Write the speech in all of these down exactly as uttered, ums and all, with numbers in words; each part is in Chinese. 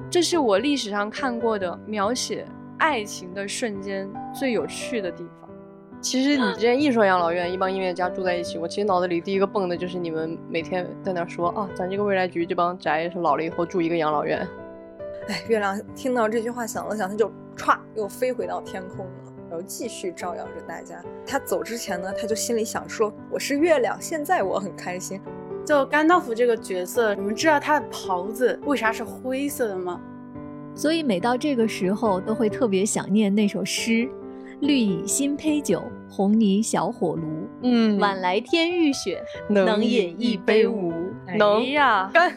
这是我历史上看过的描写爱情的瞬间最有趣的地方。 其实你之前一说养老院，一帮音乐家住在一起，我其实脑子里第一个蹦的就是你们每天在那说啊，咱这个未来局这帮宅是老了以后住一个养老院。 哎，月亮听到这句话想了想，他就歘又飞回到天空了，然后继续照耀着大家。他走之前呢，他就心里想说，我是月亮，现在我很开心。 就甘道夫这个角色，你们知道他的袍子为啥是灰色的吗？ 所以每到这个时候都会特别想念那首诗，绿蚁新醅酒，红泥小火炉， 嗯， 晚来天欲雪， 能能饮一杯无。 能呀， 干。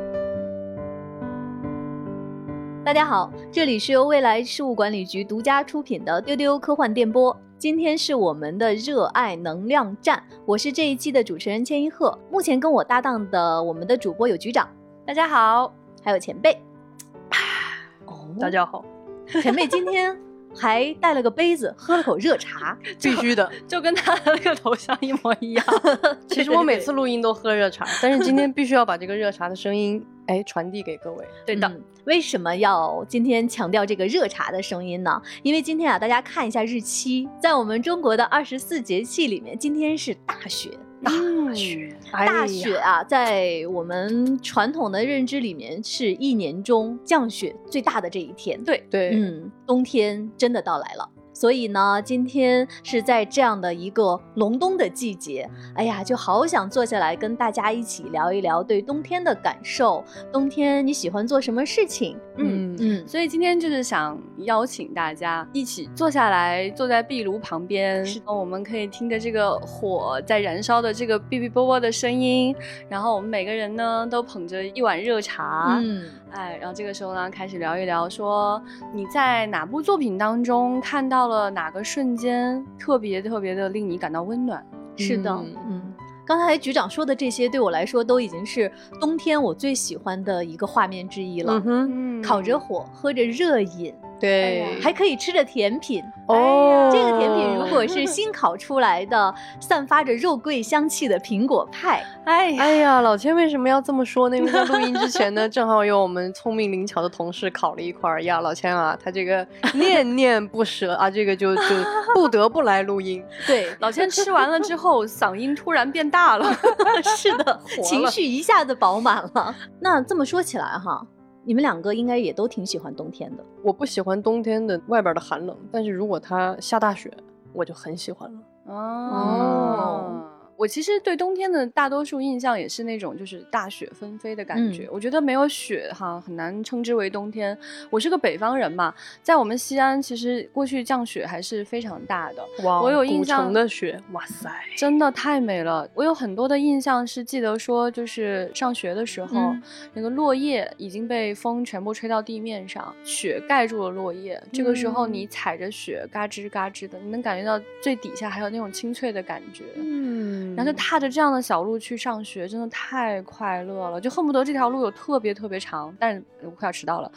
大家好，这里是由未来事务管理局独家出品的丢丢科幻电波，今天是我们的热爱能量站，我是这一期的主持人千一鹤，目前跟我搭档的我们的主播有局长， 大家好， 还有前辈。 哦，大家好。 前辈今天还带了个杯子，喝了口热茶， 必须的， 就跟他的那个头像一模一样。 其实我每次录音都喝热茶，但是今天必须要把这个热茶的声音哎传递给各位。 对的、嗯，为什么要今天强调这个热茶的声音呢？因为今天啊，大家看一下日期，在我们中国的二十四节气里面，今天是大雪。 大雪、 嗯，大雪啊，在我们传统的认知里面，是一年中降雪最大的这一天。 对对， 嗯，冬天真的到来了。所以呢，今天是在这样的一个隆冬的季节，哎呀，就好想坐下来跟大家一起聊一聊对冬天的感受。冬天你喜欢做什么事情？ 嗯嗯，所以今天就是想邀请大家一起坐下来，坐在壁炉旁边，我们可以听着这个火在燃烧的这个哔哔啵啵的声音，然后我们每个人呢都捧着一碗热茶，嗯，哎，然后这个时候呢开始聊一聊，说你在哪部作品当中看到了哪个瞬间特别特别的令你感到温暖？ 是的，嗯。嗯，刚才局长说的这些对我来说都已经是冬天我最喜欢的一个画面之一了。嗯哼，烤着火，喝着热饮， 对、 哎，还可以吃着甜品哦。 这个甜品如果是新烤出来的，散发着肉桂香气的苹果派， 哎呀，哎呀，老千为什么要这么说呢？因为在录音之前呢，正好有我们聪明灵巧的同事烤了一块呀，老千啊，他这个念念不舍啊，这个就就不得不来录音。 对，老千吃完了之后，嗓音突然变大了， 是的，情绪一下子饱满了。那这么说起来哈。你们两个应该也都挺喜欢冬天的。 我不喜欢冬天的外边的寒冷，但是如果它下大雪，我就很喜欢了。 哦。嗯，我其实对冬天的大多数印象也是那种就是大雪纷飞的感觉、嗯、我觉得没有雪哈很难称之为冬天。我是个北方人嘛，在我们西安其实过去降雪还是非常大的。 哇， 我有印象古城的雪，哇塞， 真的太美了。我有很多的印象是记得说就是上学的时候、嗯、那个落叶已经被风全部吹到地面上，雪盖住了落叶、嗯、这个时候你踩着雪嘎吱嘎吱的，你能感觉到最底下还有那种清脆的感觉。嗯，然后就踏着这样的小路去上学，真的太快乐了，就恨不得这条路有特别特别长，但是我快要迟到了。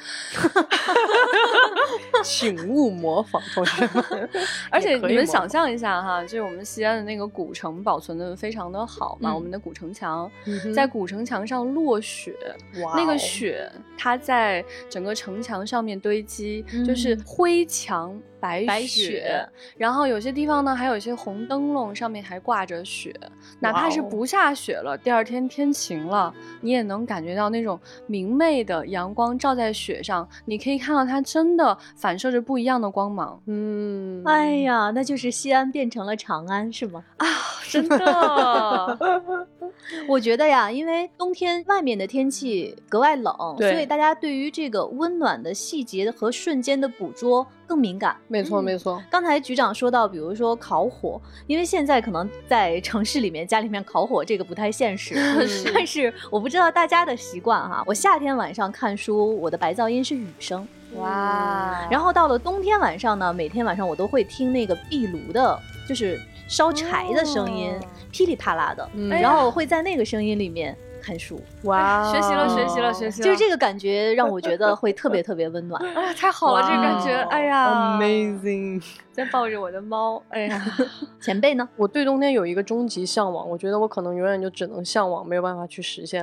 请勿模仿，同学们。 而且你们想象一下哈，就是我们西安的那个古城保存的非常的好嘛、嗯、我们的古城墙、嗯、在古城墙上落雪、哦、那个雪它在整个城墙上面堆积、嗯、就是灰墙白 雪, 白雪然后有些地方呢还有一些红灯笼，上面还挂着雪，哪怕是不下雪了、哦、第二天天晴了，你也能感觉到那种明媚的阳光照在雪上，你可以看到它真的反射着不一样的光芒。 嗯，哎呀，那就是西安变成了长安是吗？ 啊，真的。 我觉得呀，因为冬天外面的天气格外冷，所以大家对于这个温暖的细节和瞬间的捕捉更敏感。 没错、嗯、没错。 刚才局长说到比如说烤火，因为现在可能在城市里面家里面烤火这个不太现实、嗯、但是我不知道大家的习惯哈。我夏天晚上看书，我的白噪音是雨声，哇，然后到了冬天晚上呢，每天晚上我都会听那个壁炉的就是烧柴的声音、哦、噼里啪啦的、嗯、然后我会在那个声音里面看书。 哇，学习了学习了学习了， 就是这个感觉让我觉得会特别特别温暖。 哎呀，太好了，这个感觉，哎呀 Amazing。 在抱着我的猫，哎呀。 前辈呢？ 我对冬天有一个终极向往，我觉得我可能永远就只能向往，没有办法去实现了，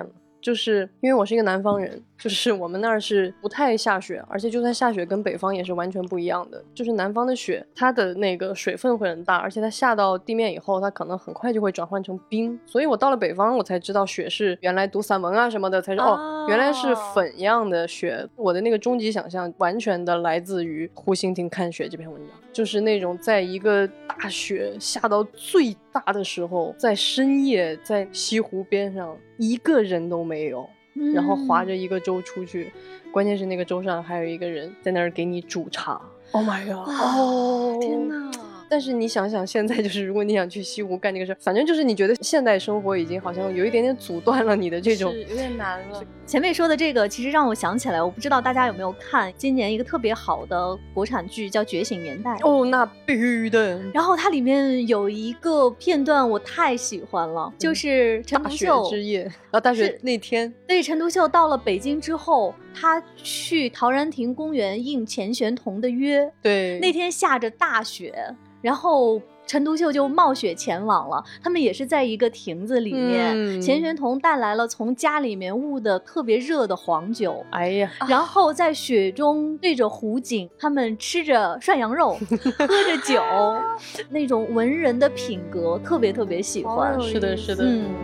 就是因为我是一个南方人，就是我们那儿是不太下雪，而且就算下雪跟北方也是完全不一样的。就是南方的雪它的那个水分会很大，而且它下到地面以后它可能很快就会转换成冰，所以我到了北方我才知道雪是原来读散文啊什么的才是、哦、哦原来是粉样的雪。我的那个终极想象完全的来自于胡心婷看雪这篇文章，就是那种在一个大雪下到最大的时候，在深夜在西湖边上一个人都没有，然后划着一个舟出去、嗯、关键是那个舟上还有一个人在那儿给你煮茶。 Oh my god， 哦天哪！但是你想想现在，就是如果你想去西湖干这个事，反正就是你觉得现代生活已经好像有一点点阻断了你的这种， 是有点难了。 前面说的这个其实让我想起来，我不知道大家有没有看今年一个特别好的国产剧叫《觉醒年代》。 哦，那必须的。 然后它里面有一个片段我太喜欢了，就是陈独秀大雪之夜啊，大雪那天， 对，陈独秀到了北京之后，他去陶然亭公园应钱玄同的约， 对， 那天下着大雪，然后陈独秀就冒雪前往了，他们也是在一个亭子里面、嗯、钱玄同带来了从家里面焐的特别热的黄酒， 哎呀， 然后在雪中对着湖景，他们吃着涮羊肉喝着酒那种文人的品格特别特别喜欢、 哦、是的是的， 嗯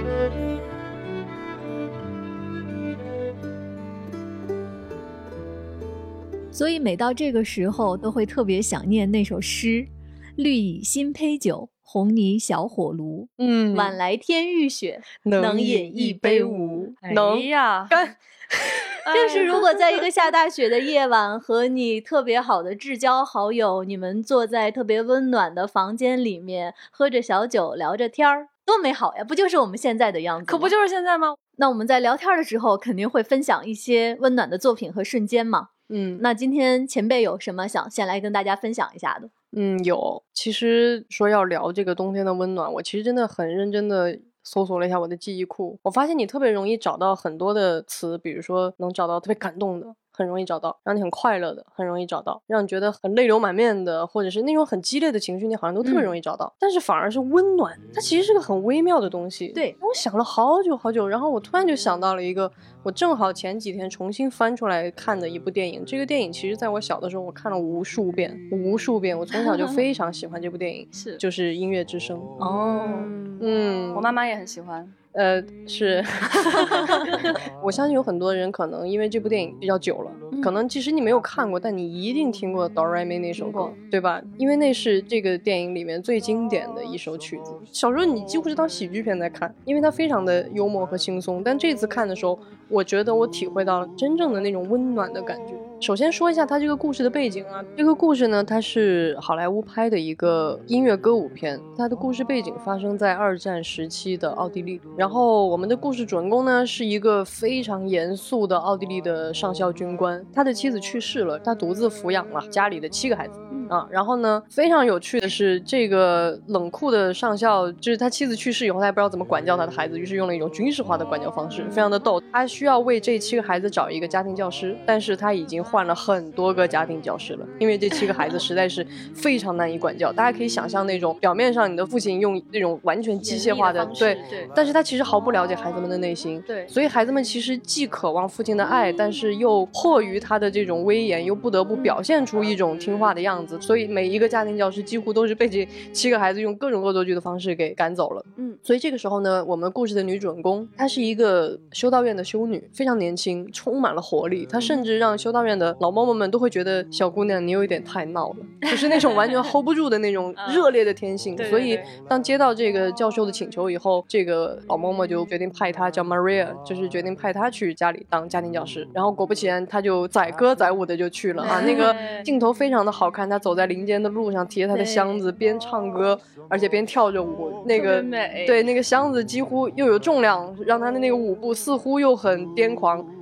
所以每到这个时候都会特别想念那首诗，绿蚁新醅酒，红泥小火炉，嗯，晚来天欲雪，能饮一杯无。 能呀， 干。 就是如果在一个下大雪的夜晚，和你特别好的至交好友，你们坐在特别温暖的房间里面，喝着小酒，聊着天儿，多美好呀！不就是我们现在的样子吗？ 可不就是现在吗？ 那我们在聊天的时候，肯定会分享一些温暖的作品和瞬间嘛。嗯，那今天前辈有什么想先来跟大家分享一下的？ 嗯，有。其实说要聊这个冬天的温暖，我其实真的很认真的搜索了一下我的记忆库，我发现你特别容易找到很多的词，比如说能找到特别感动的，很容易找到，让你很快乐的很容易找到，让你觉得很泪流满面的，或者是那种很激烈的情绪，你好像都特别容易找到、嗯、但是反而是温暖，它其实是个很微妙的东西。 对， 我想了好久好久，然后我突然就想到了一个我正好前几天重新翻出来看的一部电影。这个电影其实在我小的时候我看了无数遍无数遍，我从小就非常喜欢这部电影是就是《音乐之声》。 哦， 嗯， 我妈妈也很喜欢。 呃，是我相信有很多人可能因为这部电影比较久了、嗯、可能即使你没有看过，但你一定听过哆来咪那首歌，对吧？因为那是这个电影里面最经典的一首曲子，小时候你几乎是当喜剧片在看，因为它非常的幽默和轻松，但这次看的时候我觉得我体会到了真正的那种温暖的感觉。首先说一下它这个故事的背景啊，这个故事呢，它是好莱坞拍的一个音乐歌舞片，它的故事背景发生在二战时期的奥地利。然后我们的故事主人公呢是一个非常严肃的奥地利的上校军官，他的妻子去世了，他独自抚养了家里的七个孩子啊。然后呢，非常有趣的是，这个冷酷的上校就是他妻子去世以后，他也不知道怎么管教他的孩子，于是用了一种军事化的管教方式，非常的逗。他需要为这七个孩子找一个家庭教师，但是他已经换了很多个家庭教师了，因为这七个孩子实在是非常难以管教。大家可以想象那种表面上你的父亲用那种完全机械化的， 的对对， 但是他其实毫不了解孩子们的内心， 对， 所以孩子们其实既渴望父亲的爱，但是又迫于他的这种威严，又不得不表现出一种听话的样子，所以每一个家庭教师几乎都是被这七个孩子用各种恶作剧的方式给赶走了。嗯，所以这个时候呢，我们故事的女主人公她是一个修道院的修女，非常年轻，充满了活力，她甚至让修道院的老嬷嬷们都会觉得小姑娘你有一点太闹了，就是那种完全 hold 不住的那种热烈的天性、嗯、所以当接到这个教授的请求以后，这个老嬷嬷就决定派她，叫 Maria， 就是决定派她去家里当家庭教师。然后果不其然她就载歌载舞的就去了啊，那个镜头非常的好看，她走在林间的路上提着她的箱子边唱歌而且边跳着舞，那个对那个箱子几乎又有重量，让她的那个舞步似乎又很癫狂，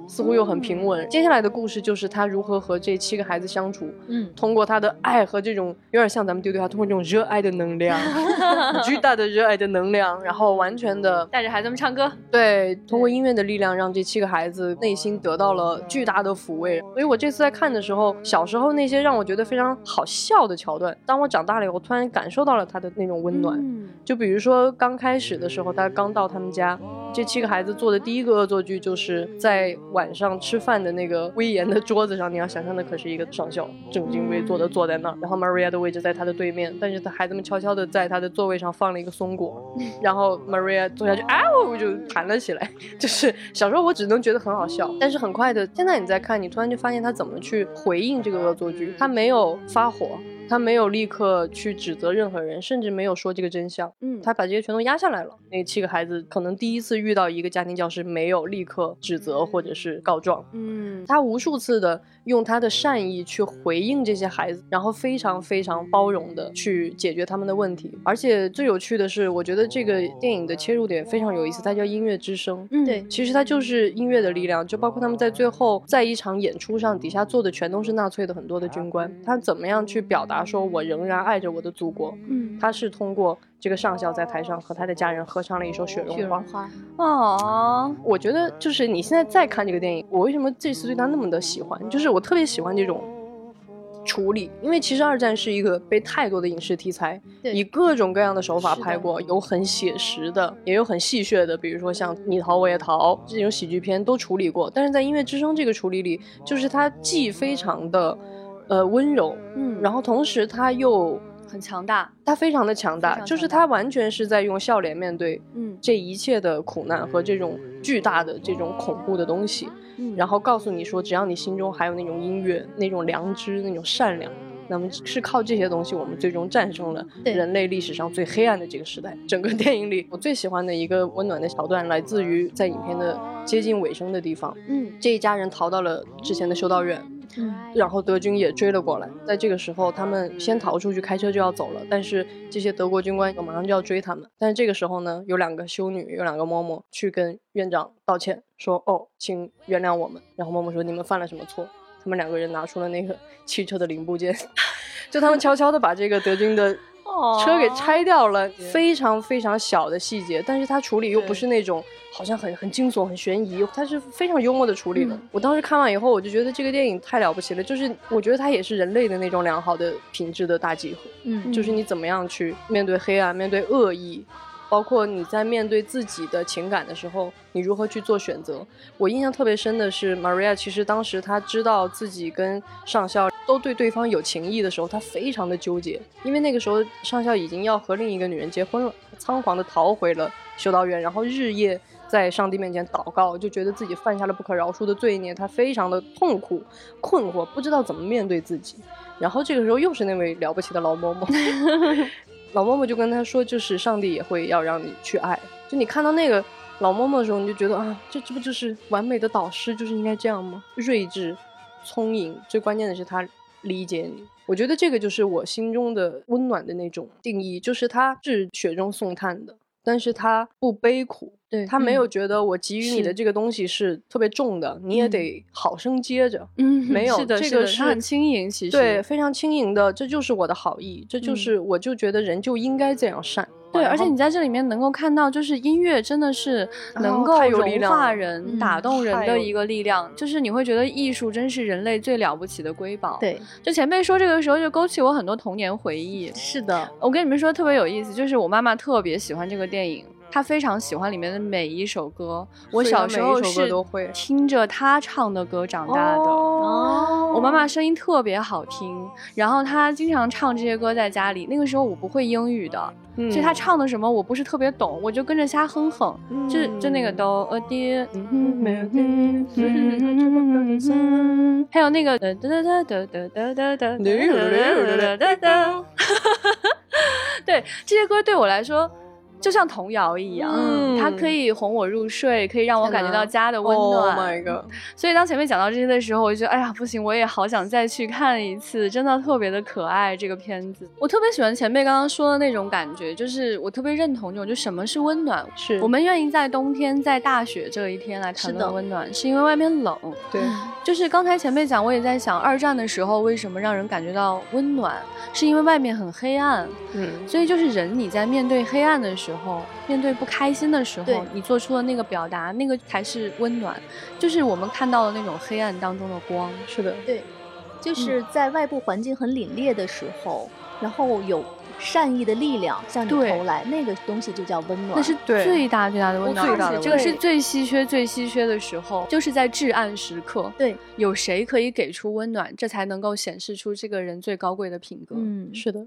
似乎又很平稳。接下来的故事就是他如何和这七个孩子相处， 嗯， 通过他的爱和这种有点像咱们丢丢他，通过这种热爱的能量，巨大的热爱的能量，然后完全的带着孩子们唱歌， 对，通过音乐的力量，让这七个孩子内心得到了巨大的抚慰。所以我这次在看的时候，小时候那些让我觉得非常好笑的桥段，当我长大了以后，突然感受到了他的那种温暖。 嗯， 就比如说刚开始的时候，他刚到他们家，这七个孩子做的第一个恶作剧就是在晚上吃饭的那个威严的桌子上，你要想象的可是一个上校，正襟危坐的坐在那儿，然后 Maria 的位置在他的对面，但是他孩子们悄悄的在他的座位上放了一个松果，然后 Maria 坐下去，啊，我就弹了起来。就是小时候我只能觉得很好笑，但是很快的，现在你再看，你突然就发现他怎么去回应这个恶作剧，他没有发火，他没有立刻去指责任何人，甚至没有说这个真相，嗯，他把这些全都压下来了。那七个孩子可能第一次遇到一个家庭教师，没有立刻指责或者是告状，嗯，他无数次的用他的善意去回应这些孩子，然后非常非常包容的去解决他们的问题。而且最有趣的是，我觉得这个电影的切入点非常有意思，它叫音乐之声， 嗯，对， 其实它就是音乐的力量，就包括他们在最后在一场演出上，底下坐的全都是纳粹的很多的军官，他怎么样去表达说我仍然爱着我的祖国，嗯，他是通过这个上校在台上和他的家人合唱了一首雪绒花。 花哦，我觉得就是你现在再看这个电影，我为什么这次对他那么的喜欢，就是我特别喜欢这种处理，因为其实二战是一个被太多的影视题材以各种各样的手法拍过，有很写实的，也有很戏谑的，比如说像你逃我也逃这种喜剧片都处理过，但是在音乐之声这个处理里，就是它既非常的呃温柔，嗯，然后同时它又很强大， 他非常的强大，就是他完全是在用笑脸面对嗯这一切的苦难和这种巨大的这种恐怖的东西，嗯，然后告诉你说只要你心中还有那种音乐，那种良知，那种善良，那么是靠这些东西我们最终战胜了人类历史上最黑暗的这个时代。整个电影里我最喜欢的一个温暖的桥段来自于在影片的接近尾声的地方，嗯，这一家人逃到了之前的修道院，嗯，然后德军也追了过来，在这个时候他们先逃出去，开车就要走了，但是这些德国军官马上就要追他们，但是这个时候呢，有两个修女，有两个嬷嬷去跟院长道歉，说哦请原谅我们，然后嬷嬷说你们犯了什么错，他们两个人拿出了那个汽车的零部件就他们悄悄的把这个德军的车给拆掉了，非常非常小的细节，但是他处理又不是那种好像很很惊悚很悬疑，他是非常幽默的处理的、嗯、我当时看完以后我就觉得这个电影太了不起了，就是我觉得它也是人类的那种良好的品质的大集合，嗯，就是你怎么样去面对黑暗，面对恶意，包括你在面对自己的情感的时候你如何去做选择。我印象特别深的是 Maria 其实当时她知道自己跟上校都对对方有情谊的时候，她非常的纠结，因为那个时候上校已经要和另一个女人结婚了，仓皇的逃回了修道院，然后日夜在上帝面前祷告，就觉得自己犯下了不可饶恕的罪孽，他非常的痛苦困惑，不知道怎么面对自己。然后这个时候又是那位了不起的老嬷嬷老嬷嬷就跟他说，就是上帝也会要让你去爱，就你看到那个老嬷嬷的时候，你就觉得啊，这这不就是完美的导师，就是应该这样吗？睿智聪颖，最关键的是他理解你。我觉得这个就是我心中的温暖的那种定义，就是他是雪中送炭的，但是他不悲苦，对，他没有觉得我给予你的这个东西是特别重的，你也得好生接着，嗯，没有， 是的， 这个是很轻盈，其实对，非常轻盈的，这就是我的好意，这就是、嗯、我就觉得人就应该这样善。 对，而且你在这里面能够看到，就是音乐真的是能够融化人、哦、打动人的一个力量，嗯、就是你会觉得艺术真是人类最了不起的瑰宝。 对， 就前辈说这个时候就勾起我很多童年回忆。 是的， 我跟你们说特别有意思，就是我妈妈特别喜欢这个电影。她非常喜欢里面的每一首歌，我小时候是听着她唱的歌长大的。哦，我妈妈声音特别好听，然后她经常唱这些歌在家里。那个时候我不会英语的，嗯、所以她唱的什么我不是特别懂，我就跟着瞎哼哼，嗯、就就那个哆呃爹，还有那个哒哒哒哒哒哒哒哒哒哒哒，对，这些歌对我来说。 就像童谣一样， 嗯， 它可以哄我入睡，可以让我感觉到家的温暖。 Oh my god！ 所以当前面讲到这些的时候，我就觉得哎呀不行，我也好想再去看一次，真的特别的可爱这个片子。我特别喜欢前辈刚刚说的那种感觉，就是我特别认同这种，就什么是温暖。 是我们愿意在冬天在大雪这一天来谈论温暖， 是, 是因为外面冷。 对， 就是刚才前辈讲，我也在想二战的时候为什么让人感觉到温暖，是因为外面很黑暗。嗯，所以就是人你在面对黑暗的时候，面对不开心的时候，你做出的那个表达，那个才是温暖，就是我们看到的那种黑暗当中的光。 是的， 对，就是在外部环境很凛冽的时候，嗯，然后有善意的力量向你投来，那个东西就叫温暖， 那是最大最大的温暖。 最大的温暖， 这个是最稀缺最稀缺的时候，就是在至暗时刻。 对， 有谁可以给出温暖，这才能够显示出这个人最高贵的品格。 嗯， 是的。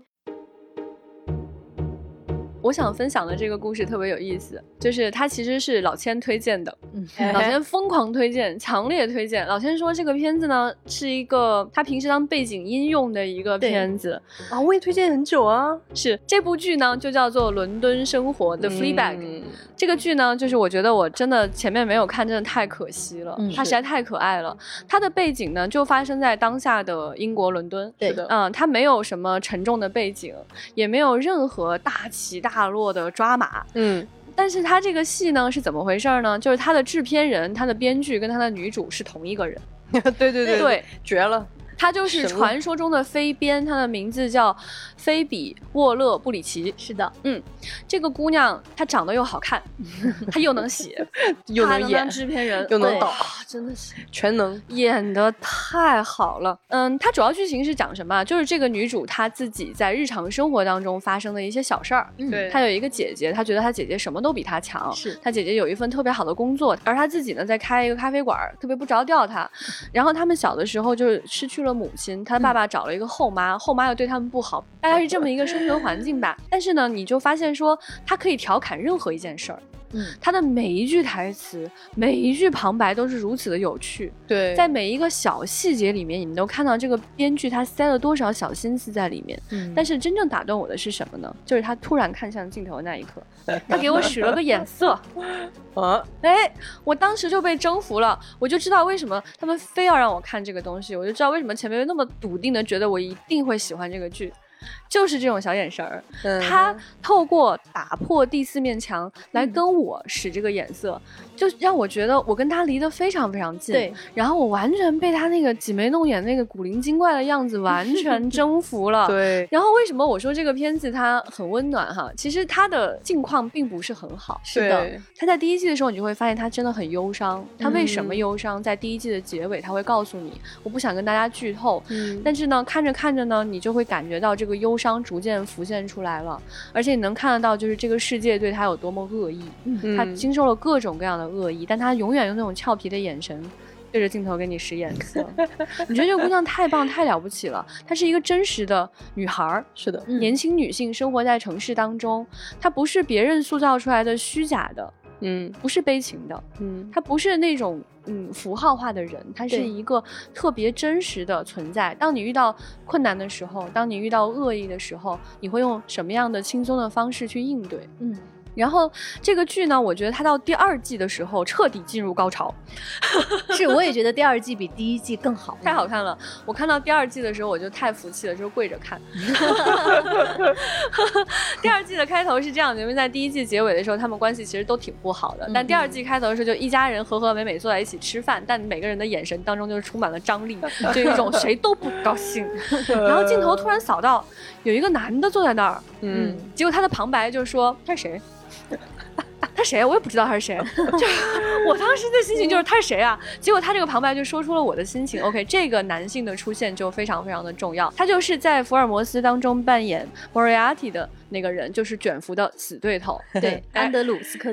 我想分享的这个故事特别有意思，就是它其实是老千推荐的，嗯，老千疯狂推荐，强烈推荐。老千说这个片子呢是一个他平时当背景音用的一个片子啊，我也推荐很久啊。 是这部剧呢就叫做《伦敦生活》的 Fleabag，嗯。这个剧呢，就是我觉得我真的前面没有看，真的太可惜了，嗯，它实在太可爱了。它的背景呢就发生在当下的英国伦敦， 对的， 嗯，它没有什么沉重的背景，也没有任何大起大落的抓马，嗯，但是他这个戏呢是怎么回事呢？就是他的制片人、他的编剧跟他的女主是同一个人。 对对对对， 绝了。 他就是传说中的飞编，他的名字叫菲比·沃勒布里奇。 是的， 嗯，这个姑娘她长得又好看，她又能写， 又能演， 当制片人又能导， 真的是全能， 演得太好了。嗯，她主要剧情是讲什么？就是这个女主她自己在日常生活当中发生的一些小事儿。 对， 她有一个姐姐，她觉得她姐姐什么都比她强， 是她姐姐有一份特别好的工作，而她自己呢在开一个咖啡馆，特别不着调她。然后他们小的时候就是失去了母亲，她爸爸找了一个后妈，后妈又对他们不好，大概是这么一个生存环境吧。但是呢，你就发现说，她可以调侃任何一件事儿。嗯，他的每一句台词，每一句旁白都是如此的有趣。 对， 在每一个小细节里面，你们都看到这个编剧他塞了多少小心思在里面。嗯，但是真正打动我的是什么呢？就是他突然看向镜头的那一刻，他给我使了个眼色。啊，哎，我当时就被征服了，我就知道为什么他们非要让我看这个东西，我就知道为什么前面那么笃定的觉得我一定会喜欢这个剧。就是这种小眼神儿，嗯，他透过打破第四面墙来跟我使这个眼色，嗯，就让我觉得我跟他离得非常非常近。 对， 然后我完全被他那个挤眉弄眼、那个古灵精怪的样子完全征服了。 对。 然后为什么我说这个片子它很温暖哈？其实他的境况并不是很好。 是的。 他在第一季的时候，你就会发现他真的很忧伤。他为什么忧伤？嗯，在第一季的结尾，他会告诉你。我不想跟大家剧透，嗯，但是呢，看着看着呢，你就会感觉到这个忧伤逐渐浮现出来了，而且你能看得到，就是这个世界对他有多么恶意，嗯，他经受了各种各样的恶意，但他永远用那种俏皮的眼神对着镜头给你使眼色。你觉得这个姑娘太棒太了不起了，她是一个真实的女孩。 是的， 年轻女性生活在城市当中，她不是别人塑造出来的虚假的，嗯，不是悲情的，嗯，她不是那种嗯符号化的人，她是一个特别真实的存在。当你遇到困难的时候，当你遇到恶意的时候，你会用什么样的轻松的方式去应对？嗯。然后这个剧呢，我觉得它到第二季的时候彻底进入高潮。 是，我也觉得第二季比第一季更好， 太好看了。我看到第二季的时候我就太服气了，就是跪着看。第二季的开头是这样的，因为在第一季结尾的时候他们关系其实都挺不好的，嗯，但第二季开头的时候就一家人和和美美坐在一起吃饭，但每个人的眼神当中就是充满了张力，就有一种谁都不高兴。然后镜头突然扫到有一个男的坐在那儿，嗯，结果他的旁白就说他是谁？他谁？我也不知道他是谁。就我当时的心情就是他是谁啊？结果他这个旁白就说出了我的心情。OK， 这个男性的出现就非常非常的重要。他就是在福尔摩斯当中扮演 Moriarty 的那个人，就是卷福的死对头。 对，安德鲁·斯科特。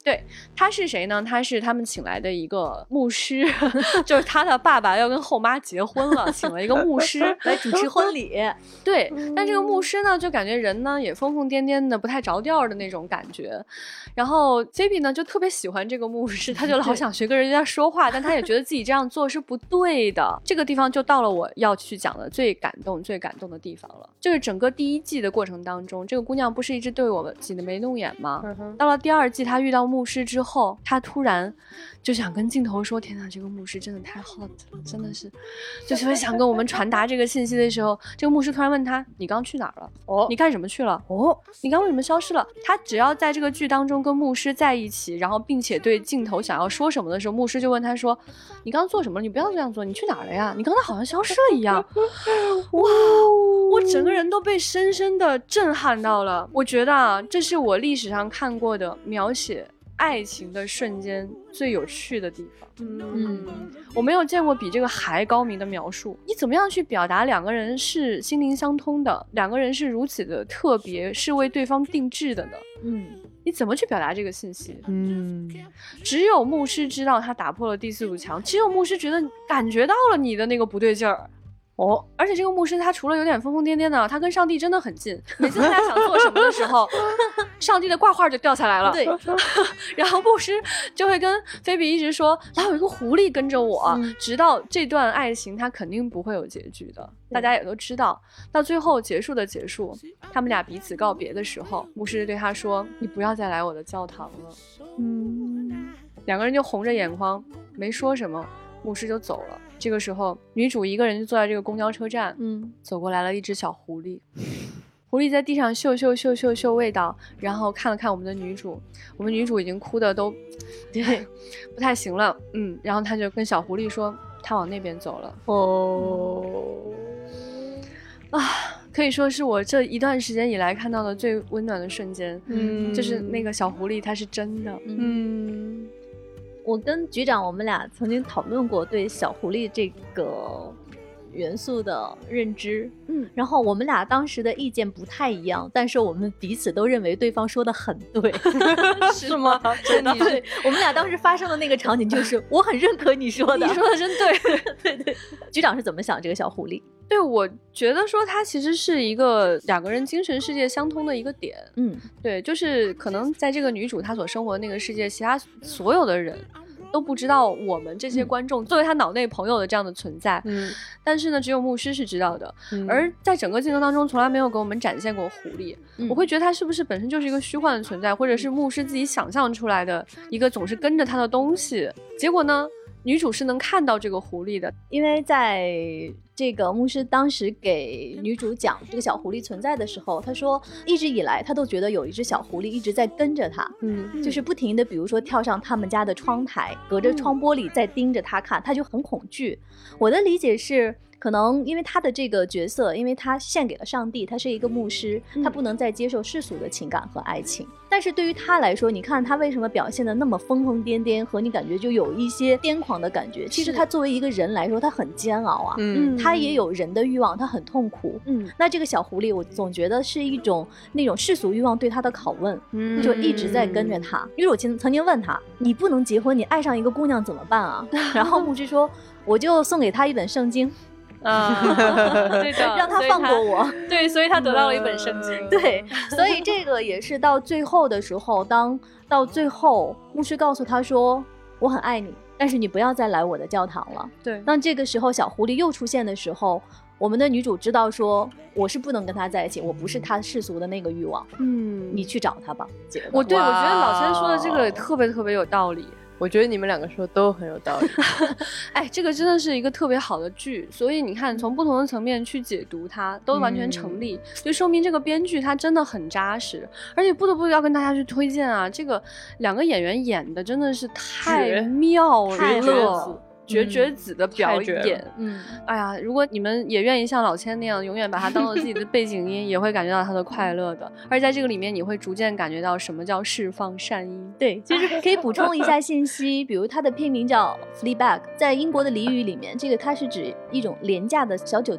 对，他是谁呢？他是他们请来的一个牧师，就是他的爸爸要跟后妈结婚了，请了一个牧师来主持婚礼。 对，但这个牧师呢，就感觉人呢也疯疯癫癫的，不太着调的那种感觉。然后菲比呢就特别喜欢这个牧师，他就老想学跟人家说话，但他也觉得自己这样做是不对的。这个地方就到了我要去讲的最感动、最感动的地方了，就是整个第一季的过程当中，这个姑娘不是一直对我挤得眉弄眼吗？嗯、到了第二季，她遇到牧师之后，她突然就想跟镜头说：“天哪，这个牧师真的太 hot 了，真的是。”就是想跟我们传达这个信息的时候，这个牧师突然问他：“你刚去哪儿了？哦，你干什么去了？哦，你刚为什么消失了？”他只要在这个剧当中跟牧师在一起，然后并且对镜头想要说什么的时候，牧师就问他说：“你刚刚做什么了？你不要这样做，你去哪儿了呀？你刚才好像消失了一样。”哇，我整个人都被深深的震撼到了。我觉得啊，这是我历史上看过的描写爱情的瞬间最有趣的地方。嗯，我没有见过比这个还高明的描述。你怎么样去表达两个人是心灵相通的，两个人是如此的特别，是为对方定制的呢？嗯，你怎么去表达这个信息？嗯，只有牧师知道他打破了第四堵墙，只有牧师觉得感觉到了你的那个不对劲儿。哦，而且这个牧师他除了有点疯疯癫癫的，他跟上帝真的很近。每次他俩想做什么的时候，上帝的挂画就掉下来了。对，然后牧师就会跟菲比一直说，还有一个狐狸跟着我，嗯、直到这段爱情他肯定不会有结局的，大家也都知道。到最后结束的结束，他们俩彼此告别的时候，牧师对他说：“你不要再来我的教堂了。”嗯，两个人就红着眼眶，没说什么。牧师就走了。这个时候，女主一个人就坐在这个公交车站，嗯，走过来了一只小狐狸。狐狸在地上嗅嗅嗅嗅嗅味道，然后看了看我们的女主，我们女主已经哭的都对不太行了，嗯，然后他就跟小狐狸说，他往那边走了。哦，啊，可以说是我这一段时间以来看到的最温暖的瞬间，嗯，就是那个小狐狸，它是真的，嗯。 我跟局长我们俩曾经讨论过对小狐狸这个元素的认知，嗯，然后我们俩当时的意见不太一样，但是我们彼此都认为对方说的很对。 是吗？真的， 对，我们俩当时发生的那个场景就是我很认可你说的， 你说的真对。 对对，局长是怎么想这个小狐狸？ 对，我觉得说它其实是一个两个人精神世界相通的一个点，嗯，对，就是可能在这个女主她所生活的那个世界，其他所有的人都不知道我们这些观众、嗯、作为他脑内朋友的这样的存在，嗯，但是呢，只有牧师是知道的，嗯、而在整个镜头当中，从来没有给我们展现过狐狸，嗯、我会觉得他是不是本身就是一个虚幻的存在，或者是牧师自己想象出来的一个总是跟着他的东西，结果呢？女主是能看到这个狐狸的， 因为在这个牧师当时给女主讲这个小狐狸存在的时候，他说一直以来他都觉得有一只小狐狸一直在跟着他，嗯，就是不停的比如说跳上他们家的窗台，隔着窗玻璃在盯着他看，他就很恐惧。我的理解是可能因为他的这个角色，因为他献给了上帝，他是一个牧师，他不能再接受世俗的情感和爱情，但是对于他来说，你看他为什么表现得那么疯疯癫癫，和你感觉就有一些癫狂的感觉，其实他作为一个人来说他很煎熬啊，嗯，他也有人的欲望，他很痛苦，嗯，那这个小狐狸我总觉得是一种那种世俗欲望对他的拷问，嗯，就一直在跟着他。因为我曾经问他，你不能结婚，你爱上一个姑娘怎么办啊？然后牧师说，我就送给他一本圣经， 啊，对的， 让他放过我。 对，所以他得到了一本圣经。 嗯、对，所以这个也是到最后的时候，当到最后牧师告诉他说：“我很爱你，但是你不要再来我的教堂了。”对。当这个时候小狐狸又出现的时候，我们的女主知道说，我是不能跟他在一起，我不是他世俗的那个欲望。嗯，你去找他吧。 我对我觉得老千说的这个特别特别有道理。 我觉得你们两个说都很有道理。 哎，这个真的是一个特别好的剧，所以你看从不同的层面去解读它都完全成立，嗯、就说明这个编剧它真的很扎实，而且不得不要跟大家去推荐啊，这个两个演员演的真的是太妙了，绝绝子的表演，嗯，哎呀，如果你们也愿意像老千那样永远把它当做自己的背景音，也会感觉到它的快乐的。而在这个里面，你会逐渐感觉到什么叫释放善意。 对，就是可以补充一下信息，比如它的片名叫 Fleabag， 在英国的俚语里面，这个它是指一种廉价的小酒店。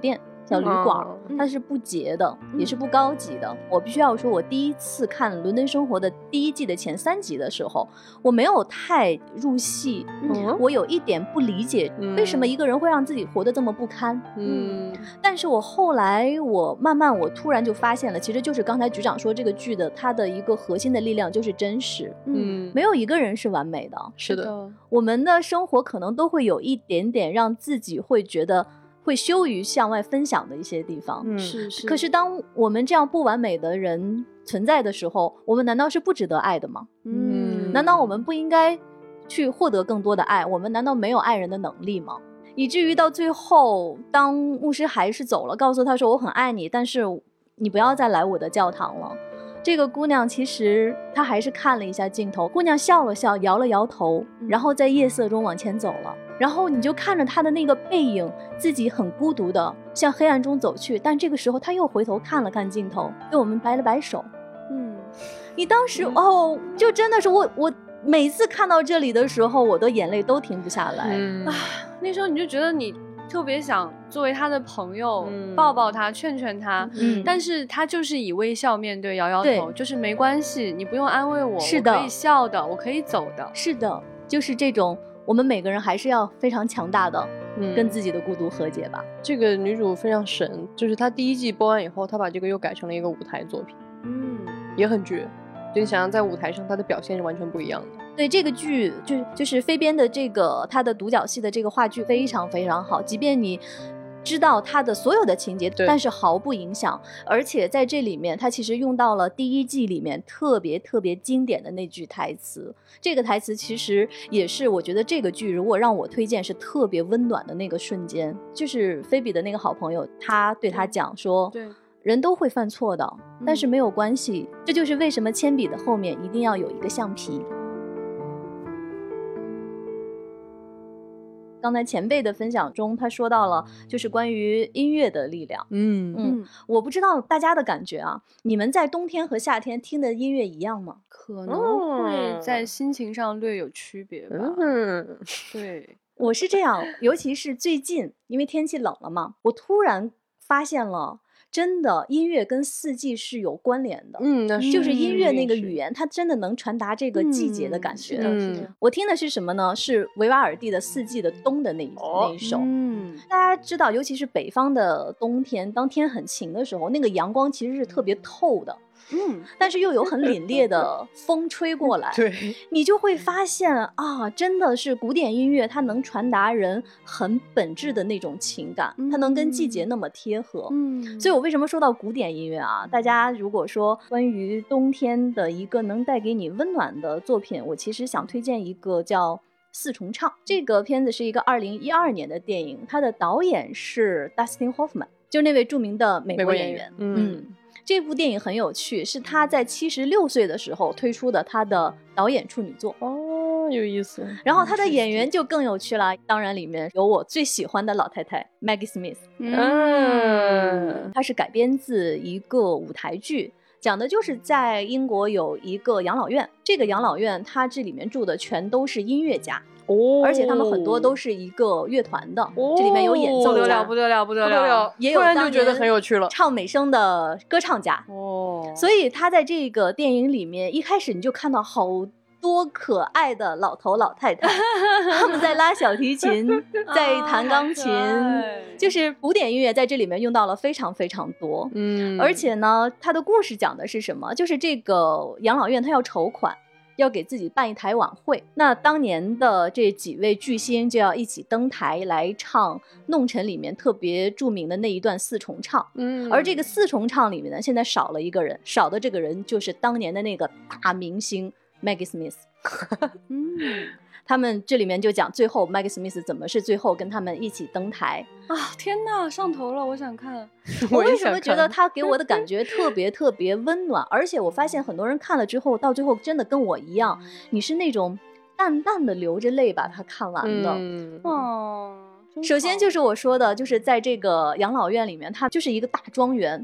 小旅馆， 嗯、 它是不洁的，嗯、也是不高级的。我必须要说，我第一次看《伦敦生活》的第一季的前三集的时候，我没有太入戏，嗯、我有一点不理解、嗯、为什么一个人会让自己活得这么不堪。嗯，但是我后来我慢慢我突然就发现了，其实就是刚才局长说这个剧的它的一个核心的力量就是真实。嗯，没有一个人是完美的。 是的， 我们的生活可能都会有一点点让自己会觉得会羞于向外分享的一些地方。 嗯， 是是。 可是当我们这样不完美的人存在的时候，我们难道是不值得爱的吗？嗯，难道我们不应该去获得更多的爱？我们难道没有爱人的能力吗？以至于到最后，当牧师还是走了，告诉他说我很爱你，但是你不要再来我的教堂了。这个姑娘其实她还是看了一下镜头，姑娘笑了笑，摇了摇头，然后在夜色中往前走了。然后你就看着她的那个背影，自己很孤独的向黑暗中走去，但这个时候她又回头看了看镜头，对我们摆了摆手。嗯，你当时、嗯、哦，就真的是我我每次看到这里的时候，我的眼泪都停不下来。 嗯、啊，那时候你就觉得你特别想作为他的朋友、嗯、抱抱他劝劝他、嗯、但是他就是以微笑面对，摇摇头，就是没关系，你不用安慰我， 是的， 我可以笑的，我可以走的。 是的，就是这种我们每个人还是要非常强大的、嗯、跟自己的孤独和解吧。 这个女主非常神，就是她第一季播完以后，她把这个又改成了一个舞台作品，嗯，也很绝。就你想象在舞台上她的表现是完全不一样的。 对，这个剧就就是飞边的这个他的独角戏的这个话剧非常非常好，即便你知道他的所有的情节，但是毫不影响。而且在这里面他其实用到了第一季里面特别特别经典的那句台词，这个台词其实也是我觉得这个剧如果让我推荐是特别温暖的那个瞬间，就是菲比的那个好朋友他对他讲说，对，人都会犯错的，但是没有关系、嗯、这就是为什么铅笔的后面一定要有一个橡皮。刚才前辈的分享中他说到了就是关于音乐的力量。嗯嗯，我不知道大家的感觉啊，你们在冬天和夏天听的音乐一样吗？ 可能会在心情上略有区别吧。嗯，对， 我是这样，尤其是最近因为天气冷了嘛，我突然发现了真的音乐跟四季是有关联的。嗯，就是音乐那个语言它真的能传达这个季节的感觉。嗯，我听的是什么呢？是维瓦尔第的四季的冬的那一、哦、那一首。嗯，大家知道尤其是北方的冬天，当天很晴的时候，那个阳光其实是特别透的。嗯，但是又有很凛冽的风吹过来，对，你就会发现啊，真的是古典音乐它能传达人很本质的那种情感，嗯、它能跟季节那么贴合。嗯，所以我为什么说到古典音乐啊？大家如果说关于冬天的一个能带给你温暖的作品，我其实想推荐一个叫四重唱。这个片子是一个二零一二年的电影，它的导演是 Dustin Hoffman， 就是那位著名的美国演员。嗯。嗯，这部电影很有趣，是他在七十六岁的时候推出的他的导演处女作。 哦，有意思。 然后他的演员就更有趣了，当然里面有我最喜欢的老太太 Maggie Smith。嗯，它是改编自一个舞台剧，讲的就是在英国有一个养老院，这个养老院它这里面住的全都是音乐家。哦，而且他们很多都是一个乐团的，哦、这里面有演奏家， 不得了不得了不得了， 也有突然就觉得很有趣了， 唱美声的歌唱家。哦，所以他在这个电影里面一开始你就看到好多可爱的老头老太太，他们在拉小提琴，在弹钢琴，就是古典音乐在这里面用到了非常非常多。嗯，而且呢，他的故事讲的是什么？就是这个养老院他要筹款。要给自己办一台晚会，那当年的这几位巨星就要一起登台来唱弄臣里面特别著名的那一段四重唱。嗯，而这个四重唱里面呢，现在少了一个人，少的这个人就是当年的那个大明星 Maggie Smith。嗯，他们这里面就讲最后 Maggie Smith 怎么是最后跟他们一起登台啊！天哪，上头了，我想看。 我为什么觉得他给我的感觉特别特别温暖？而且我发现很多人看了之后，到最后真的跟我一样，你是那种淡淡的流着泪把它看完的。嗯，哦，首先就是我说的，就是在这个养老院里面，它就是一个大庄园。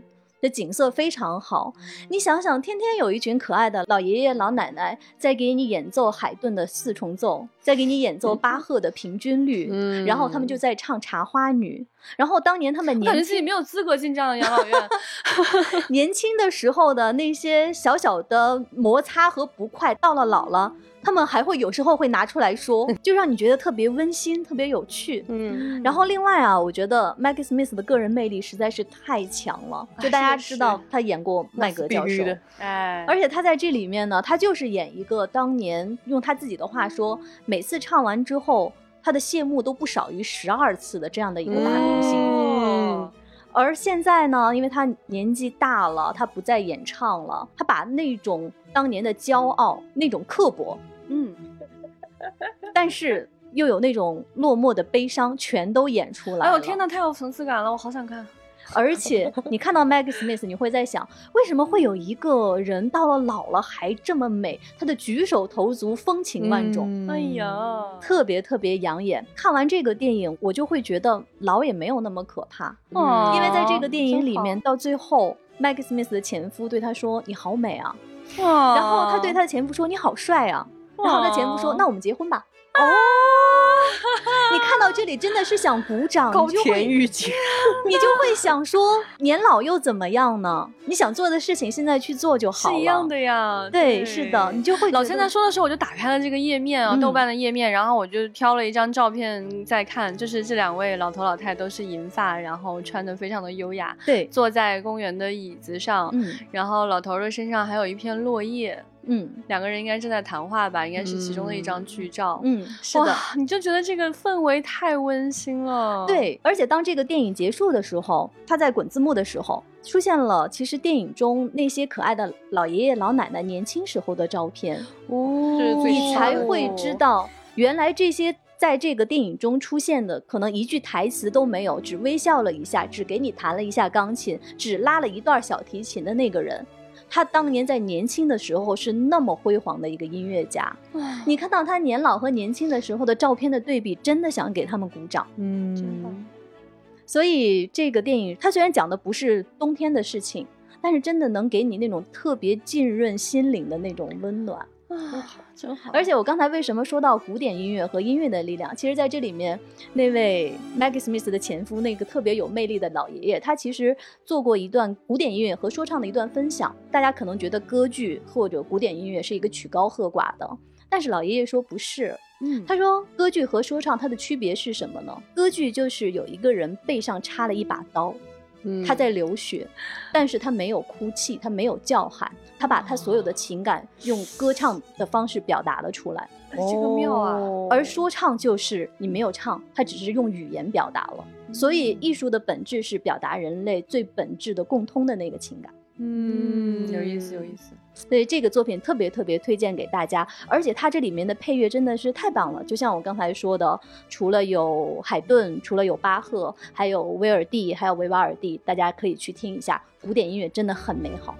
的景色非常好。你想想，天天有一群可爱的老爷爷老奶奶在给你演奏海顿的四重奏，在给你演奏巴赫的平均律、嗯、然后他们就在唱茶花女。然后当年他们年轻， 感觉自己没有资格进这样的养老院年轻的时候的那些小小的摩擦和不快，到了老了他们还会有时候会拿出来说，就让你觉得特别温馨特别有趣。嗯，然后另外啊，我觉得 Maggie Smith 的个人魅力实在是太强了，就大家知道他演过麦格教授， 哎， 而且他在这里面呢，他就是演一个当年用他自己的话说，每次唱完之后他的谢幕都不少于十二次的这样的一个大明星、嗯、而现在呢，因为他年纪大了，他不再演唱了，他把那种当年的骄傲，那种刻薄，嗯，但是又有那种落寞的悲伤全都演出来了。 哎呦天哪，太有层次感了，我好想看。 而且你看到 Maggie Smith 你会在想，为什么会有一个人到了老了还这么美，她的举手投足风情万种、 嗯、哎呀， 特别特别养眼。看完这个电影我就会觉得老也没有那么可怕、 嗯、 因为在这个电影里面到最后 Maggie Smith 的前夫对她说你好美啊， 哇， 然后她对她的前夫说你好帅啊，然后她前夫说那我们结婚吧。哦，你看到这里真的是想鼓掌， 高田玉洁， 你就会想说，年老又怎么样呢？你想做的事情现在去做就好了， 是一样的呀。 对， 对是的，你就会。 老千在说的时候，我就打开了这个页面啊，嗯、豆瓣的页面，然后我就挑了一张照片在看，就是这两位老头老太都是银发，然后穿得非常的优雅， 对， 坐在公园的椅子上，嗯，然后老头的身上还有一片落叶。嗯，两个人应该正在谈话吧，应该是其中的一张剧照。 嗯，是的， 你就觉得这个氛围太温馨了。 对，而且当这个电影结束的时候，他在滚字幕的时候出现了其实电影中那些可爱的老爷爷老奶奶年轻时候的照片。哦，你才会知道原来这些在这个电影中出现的可能一句台词都没有，只微笑了一下，只给你弹了一下钢琴，只拉了一段小提琴的那个人，他当年在年轻的时候是那么辉煌的一个音乐家。你看到他年老和年轻的时候的照片的对比，真的想给他们鼓掌。嗯，真的。所以这个电影它虽然讲的不是冬天的事情，但是真的能给你那种特别浸润心灵的那种温暖。 啊，真好！ 而且我刚才为什么说到古典音乐和音乐的力量，其实在这里面那位 Maggie Smith 的前夫，那个特别有魅力的老爷爷，他其实做过一段古典音乐和说唱的一段分享。大家可能觉得歌剧或者古典音乐是一个曲高和寡的，但是老爷爷说不是。嗯，他说歌剧和说唱它的区别是什么呢？歌剧就是有一个人背上插了一把刀，他在流血，但是他没有哭泣，他没有叫喊，他把他所有的情感用歌唱的方式表达了出来。 哦，这个妙啊！ 而说唱就是你没有唱，他只是用语言表达了。嗯，所以艺术的本质是表达人类最本质的共通的那个情感。 嗯，有意思有意思。 所以这个作品特别特别推荐给大家，而且它这里面的配乐真的是太棒了。就像我刚才说的，除了有海顿，除了有巴赫，还有威尔第，还有维瓦尔第，大家可以去听一下，古典音乐真的很美好。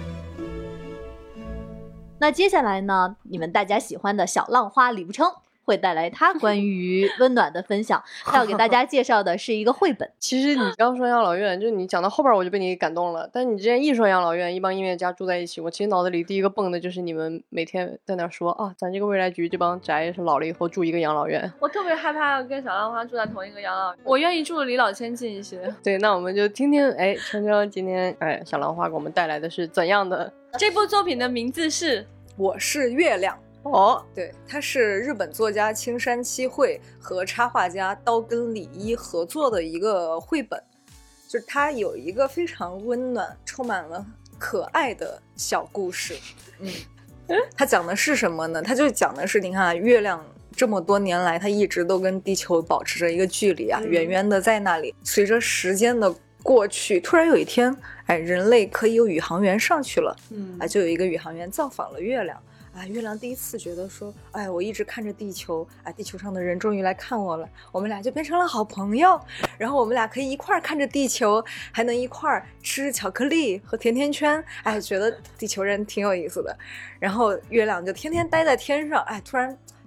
那接下来呢，你们大家喜欢的小浪花李不称会带来他关于温暖的分享，他要给大家介绍的是一个绘本。 其实你刚说养老院，就你讲到后边我就被你感动了，但你之前一说养老院，一帮音乐家住在一起，我其实脑子里第一个蹦的就是你们每天在那说啊，咱这个未来局这帮宅是老了以后住一个养老院。 我特别害怕跟小浪花住在同一个养老院，我愿意住的离老千近一些。 对，那我们就听听，哎，程程今天哎小浪花给我们带来的是怎样的？ 这部作品的名字是《 我是月亮》。哦，对，它是日本作家青山七惠和插画家刀根理一合作的一个绘本，就是它有一个非常温暖、充满了可爱的小故事。嗯，它讲的是什么呢？它就讲的是，你看月亮这么多年来，它一直都跟地球保持着一个距离啊，嗯、远远的在那里。随着时间的过去，突然有一天，哎，人类可以有宇航员上去了，嗯，哎，就有一个宇航员造访了月亮。啊，月亮第一次觉得说，哎，我一直看着地球，哎，地球上的人终于来看我了，我们俩就变成了好朋友，然后我们俩可以一块儿看着地球，还能一块儿吃巧克力和甜甜圈，哎，觉得地球人挺有意思的。然后月亮就天天待在天上，哎，突然就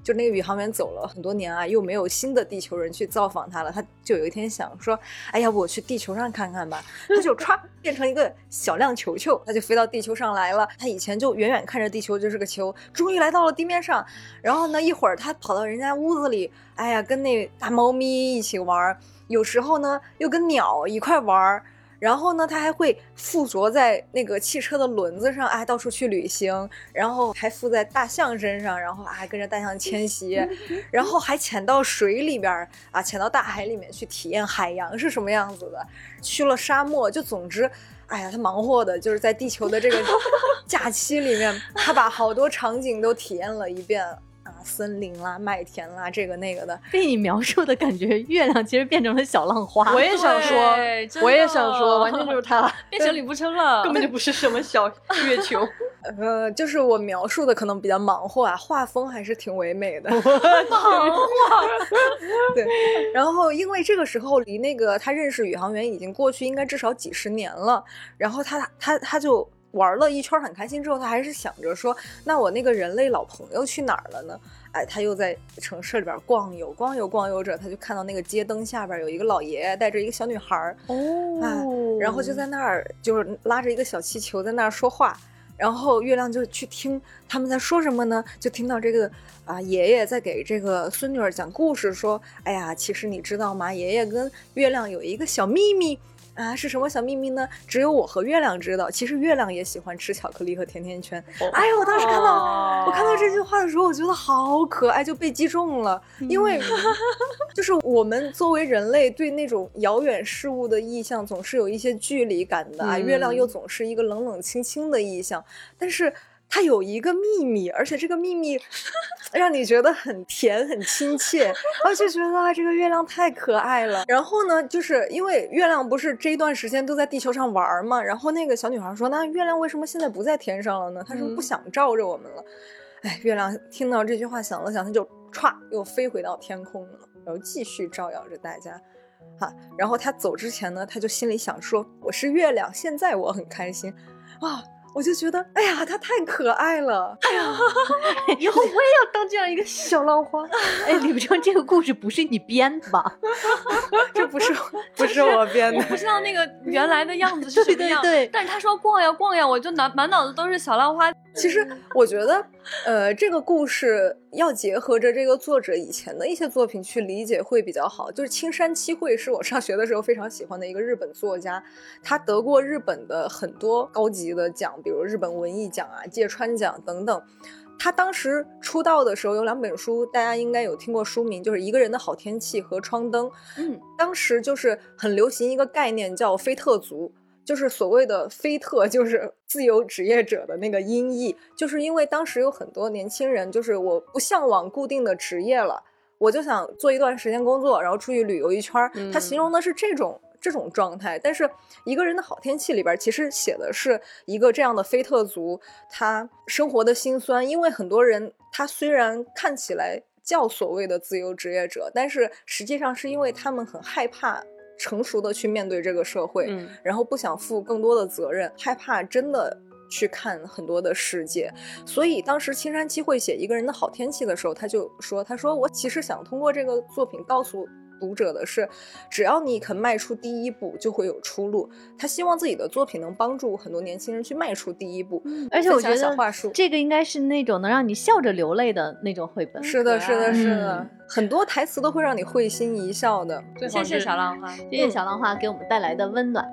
就那个宇航员走了很多年啊，又没有新的地球人去造访他了，他就有一天想说，哎呀，我去地球上看看吧，他就歘变成一个小亮球球，他就飞到地球上来了。他以前就远远看着地球就是个球，终于来到了地面上。然后呢，一会儿他跑到人家屋子里，哎呀，跟那大猫咪一起玩，有时候呢又跟鸟一块玩。然后呢，他还会附着在那个汽车的轮子上，哎，到处去旅行，然后还附在大象身上，然后还跟着大象迁徙，然后还潜到水里边啊，潜到大海里面去体验海洋是什么样子的，去了沙漠，就总之，哎呀，他忙活的就是在地球的这个假期里面，他把好多场景都体验了一遍。啊，森林啦，麦田啦，这个那个的， 被你描述的感觉，月亮其实变成了小浪花。 我也想说，我也想说，完全就是它变成李不琛了， 根本就不是什么小月球。 呃，就是我描述的可能比较忙活啊，画风还是挺唯美的。忙活， 对。然后因为这个时候离那个他认识宇航员已经过去应该至少几十年了，然后他他他就。玩了一圈很开心之后，他还是想着说，那我那个人类老朋友去哪儿了呢？哎，他又在城市里边逛悠逛悠逛悠着，他就看到那个街灯下边有一个老爷爷带着一个小女孩哦、啊，然后就在那儿就是拉着一个小气球在那儿说话，然后月亮就去听他们在说什么呢？就听到这个啊爷爷在给这个孙女儿讲故事，说，哎呀，其实你知道吗？爷爷跟月亮有一个小秘密。啊，是什么小秘密呢？只有我和月亮知道。其实月亮也喜欢吃巧克力和甜甜圈。哦、哎呀，我当时看到、哦、我看到这句话的时候，我觉得好可爱，就被击中了。因为就是我们作为人类对那种遥远事物的意象总是有一些距离感的啊，嗯、月亮又总是一个冷冷清清的意象，但是。它有一个秘密，而且这个秘密让你觉得很甜很亲切，而且觉得啊这个月亮太可爱了。然后呢，就是因为月亮不是这一段时间都在地球上玩嘛，然后那个小女孩说，那月亮为什么现在不在天上了呢？她是不是不想照着我们了？嗯、哎，月亮听到这句话想了想，她就歘又飞回到天空了，然后继续照耀着大家。啊，然后她走之前呢，她就心里想说，我是月亮，现在我很开心啊。我就觉得，哎呀，他太可爱了！哎呀， 以后我也要当这样一个小浪花。 哎，李不琛，这个故事不是你编的吧？ 这不是不是我编的， 我不知道那个原来的样子是什么样。 对对对， 但是他说逛呀逛呀，我就满满脑子都是小浪花。 其实我觉得，呃，这个故事要结合着这个作者以前的一些作品去理解会比较好。就是青山七惠是我上学的时候非常喜欢的一个日本作家，他得过日本的很多高级的奖，比如日本文艺奖啊、芥川奖等等。他当时出道的时候有两本书，大家应该有听过书名，就是《一个人的好天气》和《窗灯》。嗯，当时就是很流行一个概念叫非特族。就是所谓的非特，就是自由职业者的那个音译，就是因为当时有很多年轻人，就是我不向往固定的职业了，我就想做一段时间工作，然后出去旅游一圈。嗯、他形容的是这种这种状态，但是一个人的好天气里边其实写的是一个这样的非特族，他生活的辛酸。因为很多人他虽然看起来叫所谓的自由职业者，但是实际上是因为他们很害怕成熟的去面对这个社会、嗯、然后不想负更多的责任，害怕真的去看很多的世界。所以当时青山七惠写一个人的好天气的时候，他就说他说我其实想通过这个作品告诉读者的是，只要你肯迈出第一步就会有出路。他希望自己的作品能帮助很多年轻人去迈出第一步、嗯、 而且我觉得小话术这个应该是那种能让你笑着流泪的那种绘本。 是的是的是的、嗯、很多台词都会让你会心一笑的。 谢谢小浪花， 谢谢小浪花给我们带来的温暖。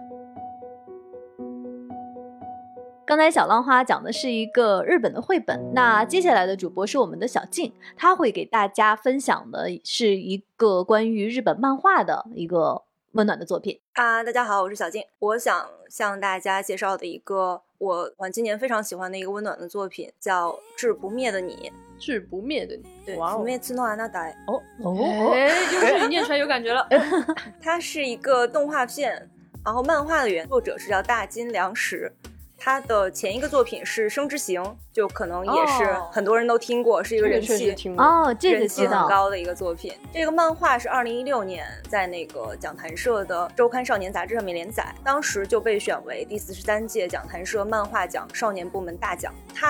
刚才小浪花讲的是一个日本的绘本，那接下来的主播是我们的小静，她会给大家分享的是一个关于日本漫画的一个温暖的作品啊。大家好，我是小静，我想向大家介绍的一个我今年非常喜欢的一个温暖的作品，叫《至不灭的你》。 至不灭的你， 对，不灭之诺阿那代。 哦哦，哎，这个日语念出来有感觉了。 它是一个动画片，然后漫画的原作者是叫大金良实。他的前一个作品是《生之行》，就可能也是很多人都听过， oh, 是一个人气哦，这个人气很高的一个作品。这个漫画是二零一六年在那个讲谈社的周刊少年杂志上面连载，当时就被选为第四十三届讲谈社漫画奖少年部门大奖。它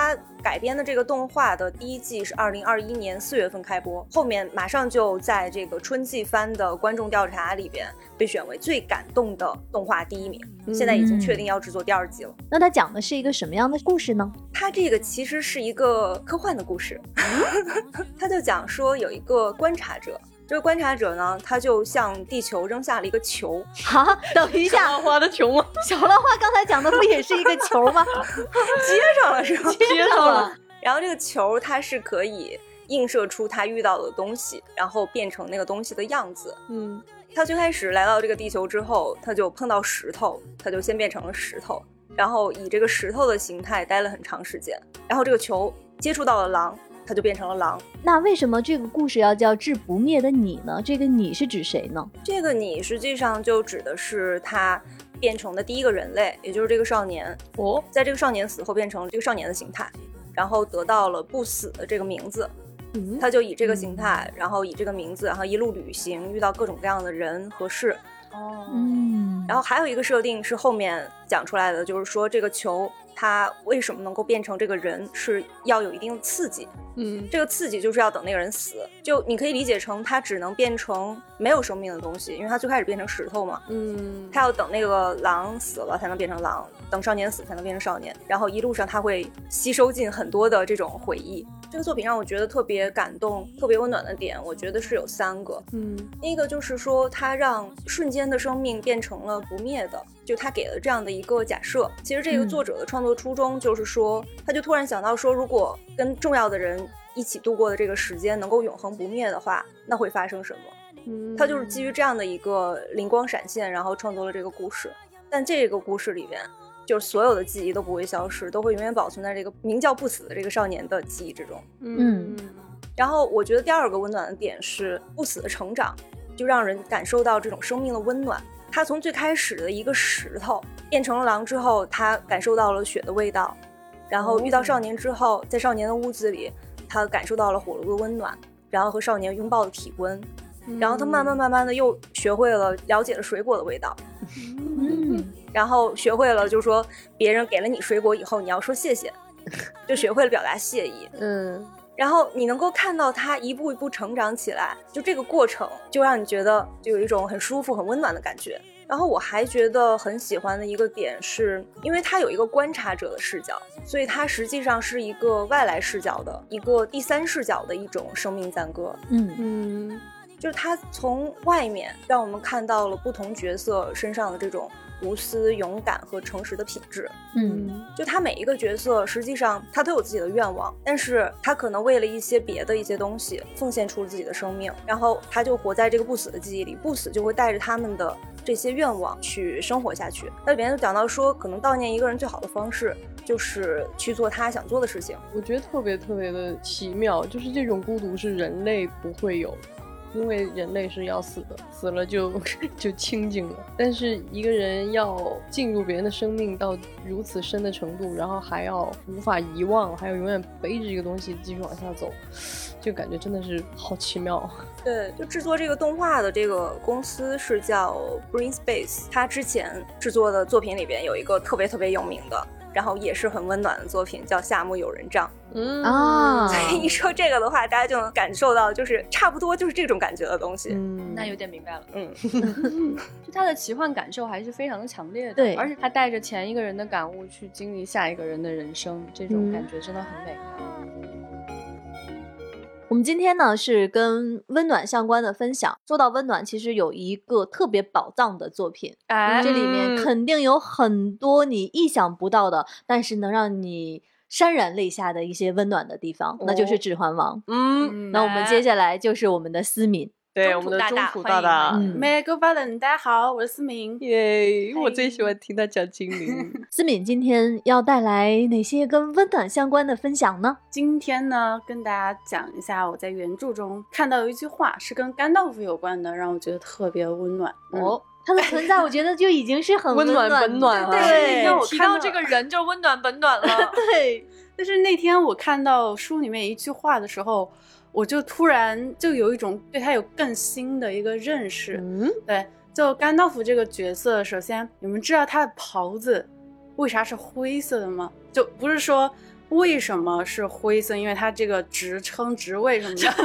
改编的这个动画的第一季是二零二一年四月份开播，后面马上就在这个春季番的观众调查里边被选为最感动的动画第一名，现在已经确定要制作第二季了。 那它讲的是一个什么样的故事呢？ 它这个其实是一个科幻的故事，它就讲说有一个观察者。这个观察者呢，他就向地球扔下了一个球。 哈，等一下， 小浪花的球吗？ 小浪花刚才讲的不也是一个球吗？ 接上了是吧？ 接上了。 然后这个球它是可以映射出他遇到的东西，然后变成那个东西的样子。 嗯， 他最开始来到这个地球之后，他就碰到石头，他就先变成了石头，然后以这个石头的形态待了很长时间。然后这个球接触到了狼，他就变成了狼。 那为什么这个故事要叫治不灭的你呢？这个你是指谁呢？ 这个你实际上就指的是他变成的第一个人类，也就是这个少年。 哦， 在这个少年死后变成了这个少年的形态，然后得到了不死的这个名字。嗯，他就以这个形态，然后以这个名字，然后一路旅行，遇到各种各样的人和事。 哦，嗯， 然后还有一个设定是后面讲出来的，就是说这个球它为什么能够变成这个人，是要有一定的刺激。嗯，这个刺激就是要等那个人死，就你可以理解成他只能变成没有生命的东西，因为他最开始变成石头嘛。嗯，他要等那个狼死了才能变成狼，等少年死才能变成少年，然后一路上他会吸收进很多的这种回忆。这个作品让我觉得特别感动、特别温暖的点，我觉得是有三个。嗯，第一个就是说，他让瞬间的生命变成了不灭的，就他给了这样的一个假设。其实这个作者的创作初衷就是说，他就突然想到说，如果跟重要的人一起度过的这个时间能够永恒不灭的话，那会发生什么？嗯，他就是基于这样的一个灵光闪现，然后创作了这个故事。但这个故事里面，就是所有的记忆都不会消失，都会永远保存在这个名叫不死的这个少年的记忆之中。嗯，然后我觉得第二个温暖的点是不死的成长，就让人感受到这种生命的温暖。他从最开始的一个石头变成了狼之后，他感受到了血的味道，然后遇到少年之后，在少年的屋子里，他感受到了火炉的温暖，然后和少年拥抱的体温，然后他慢慢慢慢的又学会了了解了水果的味道。嗯，然后学会了就是说别人给了你水果以后你要说谢谢，就学会了表达谢意。嗯，然后你能够看到他一步一步成长起来，就这个过程就让你觉得就有一种很舒服很温暖的感觉。然后我还觉得很喜欢的一个点是，因为他有一个观察者的视角，所以他实际上是一个外来视角的一个第三视角的一种生命赞歌。嗯嗯，就是他从外面让我们看到了不同角色身上的这种无私、勇敢和诚实的品质。嗯，就他每一个角色实际上他都有自己的愿望，但是他可能为了一些别的一些东西奉献出了自己的生命，然后他就活在这个不死的记忆里，不死就会带着他们的这些愿望去生活下去。那里面就讲到说，可能悼念一个人最好的方式就是去做他想做的事情。 我觉得特别特别的奇妙，就是这种孤独是人类不会有的，因为人类是要死的，死了就就清净了。但是一个人要进入别人的生命到如此深的程度，然后还要无法遗忘，还要永远背着一个东西继续往下走，就感觉真的是好奇妙。 对，就制作这个动画的这个公司是叫 Brain Space， 他之前制作的作品里边有一个特别特别有名的，然后也是很温暖的作品，叫《夏目友人帐》。嗯啊，所以一说这个的话，大家就能感受到，就是差不多就是这种感觉的东西。 嗯，那有点明白了。嗯，就他的奇幻感受还是非常的强烈的。 对， 而且他带着前一个人的感悟去经历下一个人的人生，这种感觉真的很美妙。嗯， 我们今天呢是跟温暖相关的分享。说到温暖，其实有一个特别宝藏的作品，哎，这里面肯定有很多你意想不到的，但是能让你潸然泪下的一些温暖的地方，哦，那就是《指环王》。嗯，那我们接下来就是我们的思敏。 对，我们的中土大大， 每个巴人，大家好，我是思敏。 耶，我最喜欢听他讲精灵。 思敏今天要带来哪些跟温暖相关的分享呢？ 今天呢，跟大家讲一下我在原著中看到有一句话是跟甘道夫有关的，让我觉得特别温暖。 哦，它的存在我觉得就已经是很温暖本暖了。 对，让我提到这个人就温暖本暖了。 对，但是那天我看到书里面一句话的时候，我就突然就有一种对他有更新的一个认识。嗯，对，就甘道夫这个角色，首先你们知道他的袍子为啥是灰色的吗？就不是说为什么是灰色？因为它这个职称、职位什么的，职称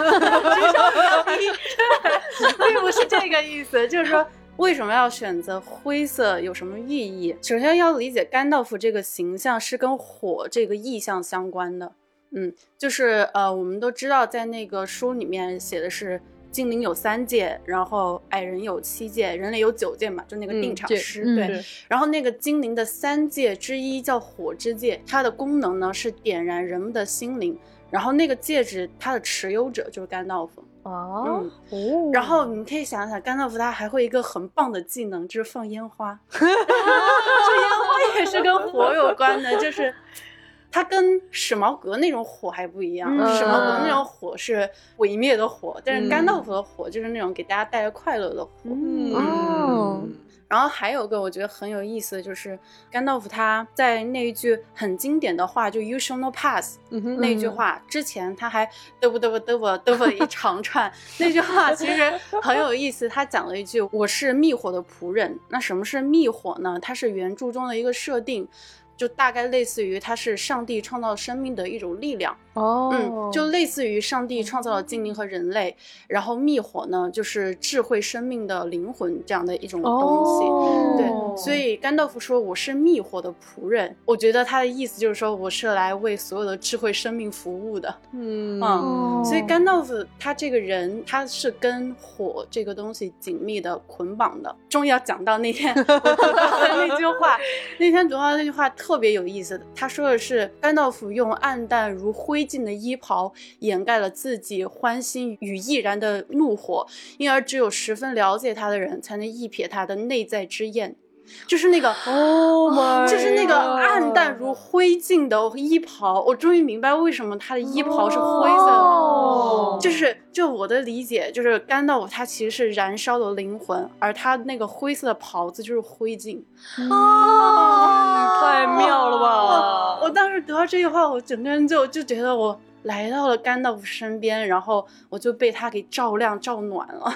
并不是这个意思，就是说为什么要选择灰色，有什么寓意？首先要理解甘道夫这个形象是跟火这个意象相关的。嗯，就是呃，我们都知道在那个书里面写的是精灵有三界，然后矮人有七界，人类有九界嘛，就那个定场诗、嗯、对、嗯、然后那个精灵的三界之一叫火之界，它的功能呢是点燃人们的心灵，然后那个戒指它的持有者就是甘道夫。 哦、 嗯，然后你可以想想，甘道夫他还会一个很棒的技能，就是放烟花。这烟花也是跟火有关的，就是它跟史矛革那种火还不一样，嗯、史矛革那种火是毁灭的火，嗯、但是甘道夫的火就是那种给大家带来快乐的火。嗯。嗯然后还有个我觉得很有意思的就是甘道夫他在那一句很经典的话，就 You shall not pass、嗯、那句话之前他还嘚啵嘚啵嘚啵嘚啵一长串那句话其实很有意思，他讲了一句我是密火的仆人。那什么是密火呢？它是原著中的一个设定，就大概类似于它是上帝创造生命的一种力量。哦，嗯，就类似于上帝创造了精灵和人类，然后密火呢就是智慧生命的灵魂这样的一种东西。哦，对，所以甘道夫说我是密火的仆人，我觉得他的意思就是说我是来为所有的智慧生命服务的。嗯嗯，所以甘道夫他这个人他是跟火这个东西紧密的捆绑的。终于要讲到那天我读到的那句话那天读到那句话特别有意思的，他说的是甘道夫用暗淡如灰烬的衣袍掩盖了自己欢欣与毅然的怒火，因而只有十分了解他的人才能一瞥他的内在之焰。就是那个 Oh my 就是那个暗淡如灰烬的衣袍，我终于明白为什么他的衣袍是灰色的。Oh. 就是就我的理解，就是甘道夫他其实是燃烧的灵魂，而他那个灰色的袍子就是灰烬。 哦，太妙了吧！ 我当时得到这句话，我整个人就就觉得我来到了甘道夫身边，然后我就被他给照亮照暖了。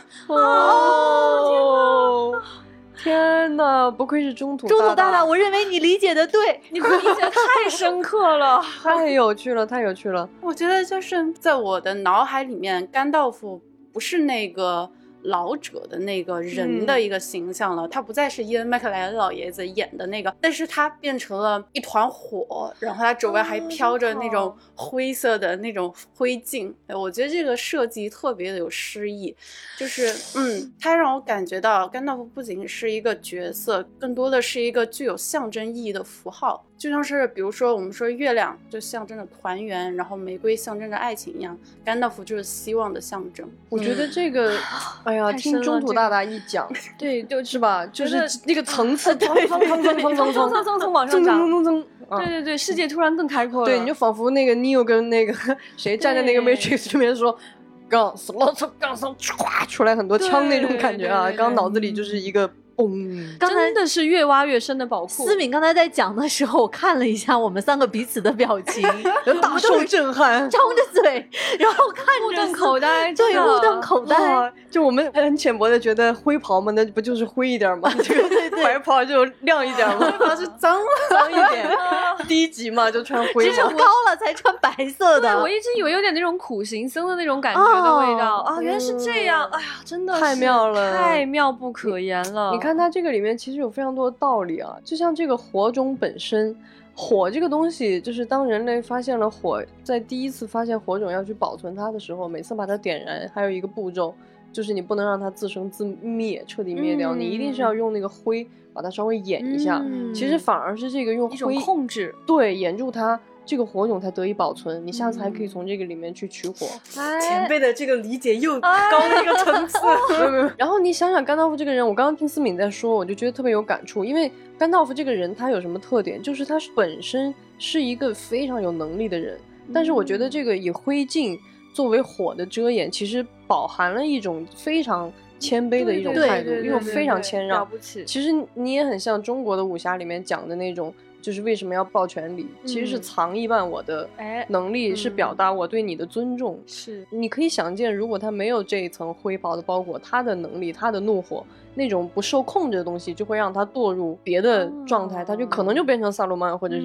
哦，天哪，不愧是中土中土大大，我认为你理解的对， 你理解的太深刻了， 太有趣了，太有趣了。 我觉得就是在我的脑海里面，甘道夫不是那个老者的那个人的一个形象了，嗯、他不再是伊恩麦克莱恩老爷子演的那个，但是他变成了一团火，然后他周围还飘着那种灰色的那种灰烬。哦、我觉得这个设计特别的有诗意，就是嗯，他让我感觉到甘道夫不仅是一个角色，更多的是一个具有象征意义的符号。就像是比如说我们说月亮就象征着团圆，然后玫瑰象征着爱情一样，甘道夫就是希望的象征。 我觉得这个、嗯、哎呀听中土大大一讲、这个、对就是吧，就是那个层次对蹭蹭蹭蹭蹭蹭蹭蹭往上涨，蹭蹭蹭蹭，对对对，世界突然更开阔了。 对，你就仿佛那个 Neo 跟那个谁站在那个 Matrix 里面说杠死了杠死了唰出来很多枪那种感觉啊，刚脑子里就是一个嗯，刚才真的是越挖越深的宝库。 思敏刚才在讲的时候，我看了一下我们三个彼此的表情， 大受震撼， 张着嘴，然后看着目瞪口呆， 对，目瞪口呆。 就我们很浅薄的觉得灰袍嘛，那不就是灰一点吗？这个白袍就亮一点嘛， 灰袍是脏脏一点。低级嘛，就穿灰。 只是高了才穿白色的。 我一直以为有点那种苦行僧的那种感觉的味道啊，原来是这样。哎呀，真的太妙了， 太妙不可言了。 你看它这个里面其实有非常多的道理啊，就像这个火种本身，火这个东西，就是当人类发现了火，在第一次发现火种要去保存它的时候，每次把它点燃，还有一个步骤，就是你不能让它自生自灭，彻底灭掉，嗯、你一定是要用那个灰把它稍微掩一下。嗯、其实反而是这个用灰一种控制， 对，掩住它。这个火种才得以保存，你下次还可以从这个里面去取火。 哎、前辈的这个理解又高了一个层次。 哎、然后你想想甘道夫这个人，我刚刚听思敏在说，我就觉得特别有感触。因为甘道夫这个人他有什么特点，就是他本身是一个非常有能力的人，但是我觉得这个以灰烬作为火的遮掩，其实饱含了一种非常谦卑的一种态度，一种非常谦让。 了不起。 其实你也很像中国的武侠里面讲的那种。就是为什么要抱拳礼、嗯、其实是藏一半我的能力、嗯、是表达我对你的尊重。 是你可以想见，如果他没有这一层灰袍的包裹，他的能力他的怒火那种不受控制的东西就会让他堕入别的状态、哦、他就可能就变成萨鲁曼或者是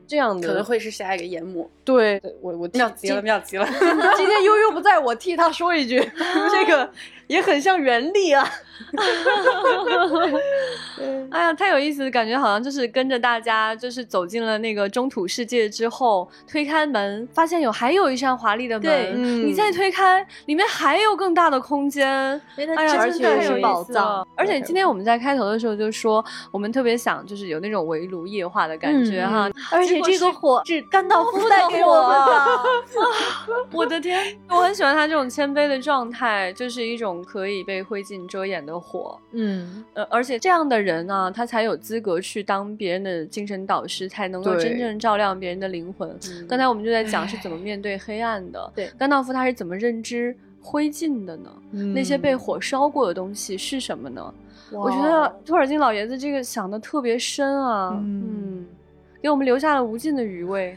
这样的可能会是下一个研磨。 对，我我妙极了，妙极了！ 今天悠悠不在，我替他说一句，这个也很像原力啊。 哎呀，太有意思，感觉好像就是跟着大家，就是走进了那个中土世界之后，推开门，发现有还有一扇华丽的门， 对嗯、你再推开，里面还有更大的空间。哎呀，真的太有意思了。而且今天我们在开头的时候就说，我们特别想就是有那种围炉夜话的感觉、嗯、哈， 而且这个火是甘道夫带给我们的。 我的天，我很喜欢他这种谦卑的状态，就是一种可以被灰烬遮掩的火。 嗯， 呃，而且这样的人呢、啊，他才有资格去当别人的精神导师，才能够真正照亮别人的灵魂。刚才我们就在讲是怎么面对黑暗的。对，甘道夫他是怎么认知灰烬的呢？嗯、那些被火烧过的东西是什么呢？我觉得托尔金老爷子这个想的特别深啊，嗯，嗯给我们留下了无尽的余味。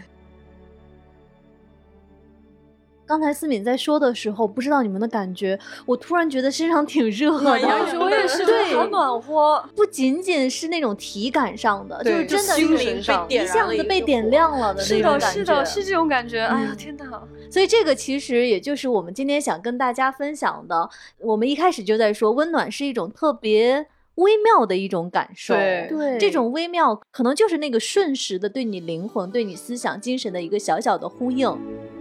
刚才思敏在说的时候，不知道你们的感觉，我突然觉得身上挺热的。 我也是，对，好暖和。 不仅仅是那种体感上的，就是真的心灵被一下子被点亮了的那种感觉。 是的，是的，是这种感觉。哎呀，天哪！ 所以这个其实也就是我们今天想跟大家分享的。我们一开始就在说，温暖是一种特别微妙的一种感受。 对， 对，这种微妙可能就是那个瞬时的对你灵魂、对你思想、精神的一个小小的呼应。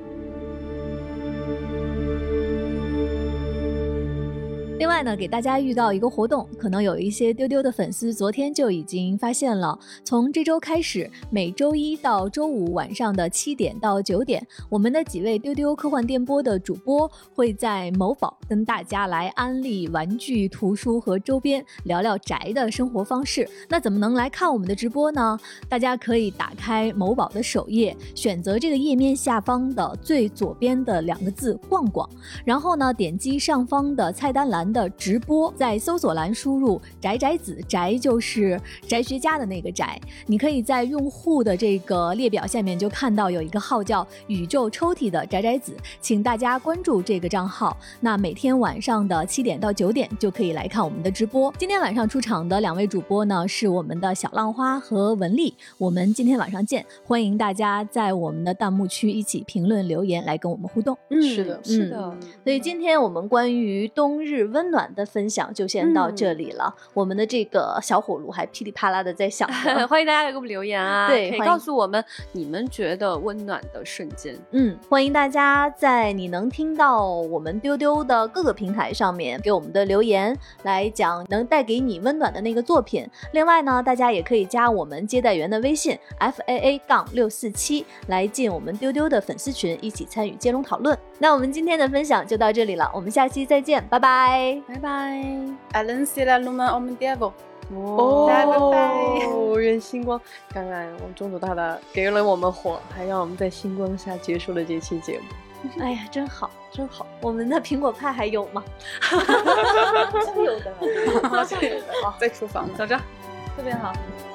另外呢，给大家预告一个活动，可能有一些丢丢的粉丝昨天就已经发现了。从这周开始，每周一到周五晚上的七点到九点，我们的几位丢丢科幻电波的主播会在某宝跟大家来安利玩具、图书和周边，聊聊宅的生活方式。那怎么能来看我们的直播呢？大家可以打开某宝的首页，选择这个页面下方的最左边的两个字逛逛，然后呢点击上方的菜单栏的直播，在搜索栏输入宅宅子，宅就是宅学家的那个宅。你可以在用户的这个列表下面就看到有一个号叫宇宙抽屉的宅宅子，请大家关注这个账号。那每天晚上的七点到九点就可以来看我们的直播。今天晚上出场的两位主播呢是我们的小浪花和文丽，我们今天晚上见，欢迎大家在我们的弹幕区一起评论留言来跟我们互动。 嗯，是的，是的。 嗯、所以今天我们关于冬日温暖的分享就先到这里了。嗯、我们的这个小火炉还噼里啪啦的在响着， 欢迎大家给我们留言啊！ 对， 可以告诉我们你们觉得温暖的瞬间。 嗯，欢迎大家在你能听到我们丢丢的各个平台上面给我们的留言，来讲能带给你温暖的那个作品。另外呢，大家也可以加我们接待员的微信 F A A 六四七 来进我们丢丢的粉丝群，一起参与接龙讨论。那我们今天的分享就到这里了，我们下期再见，拜拜， 拜拜。 Alen sila luma om diavo。 哦， 拜拜。 哦，愿星光。刚刚我们中土大大给了我们火，还让我们在星光下结束了这期节目。 哎呀，真好，真好。我们的苹果派还有吗？ 有的，有的。在厨房呢， 走着，特别好。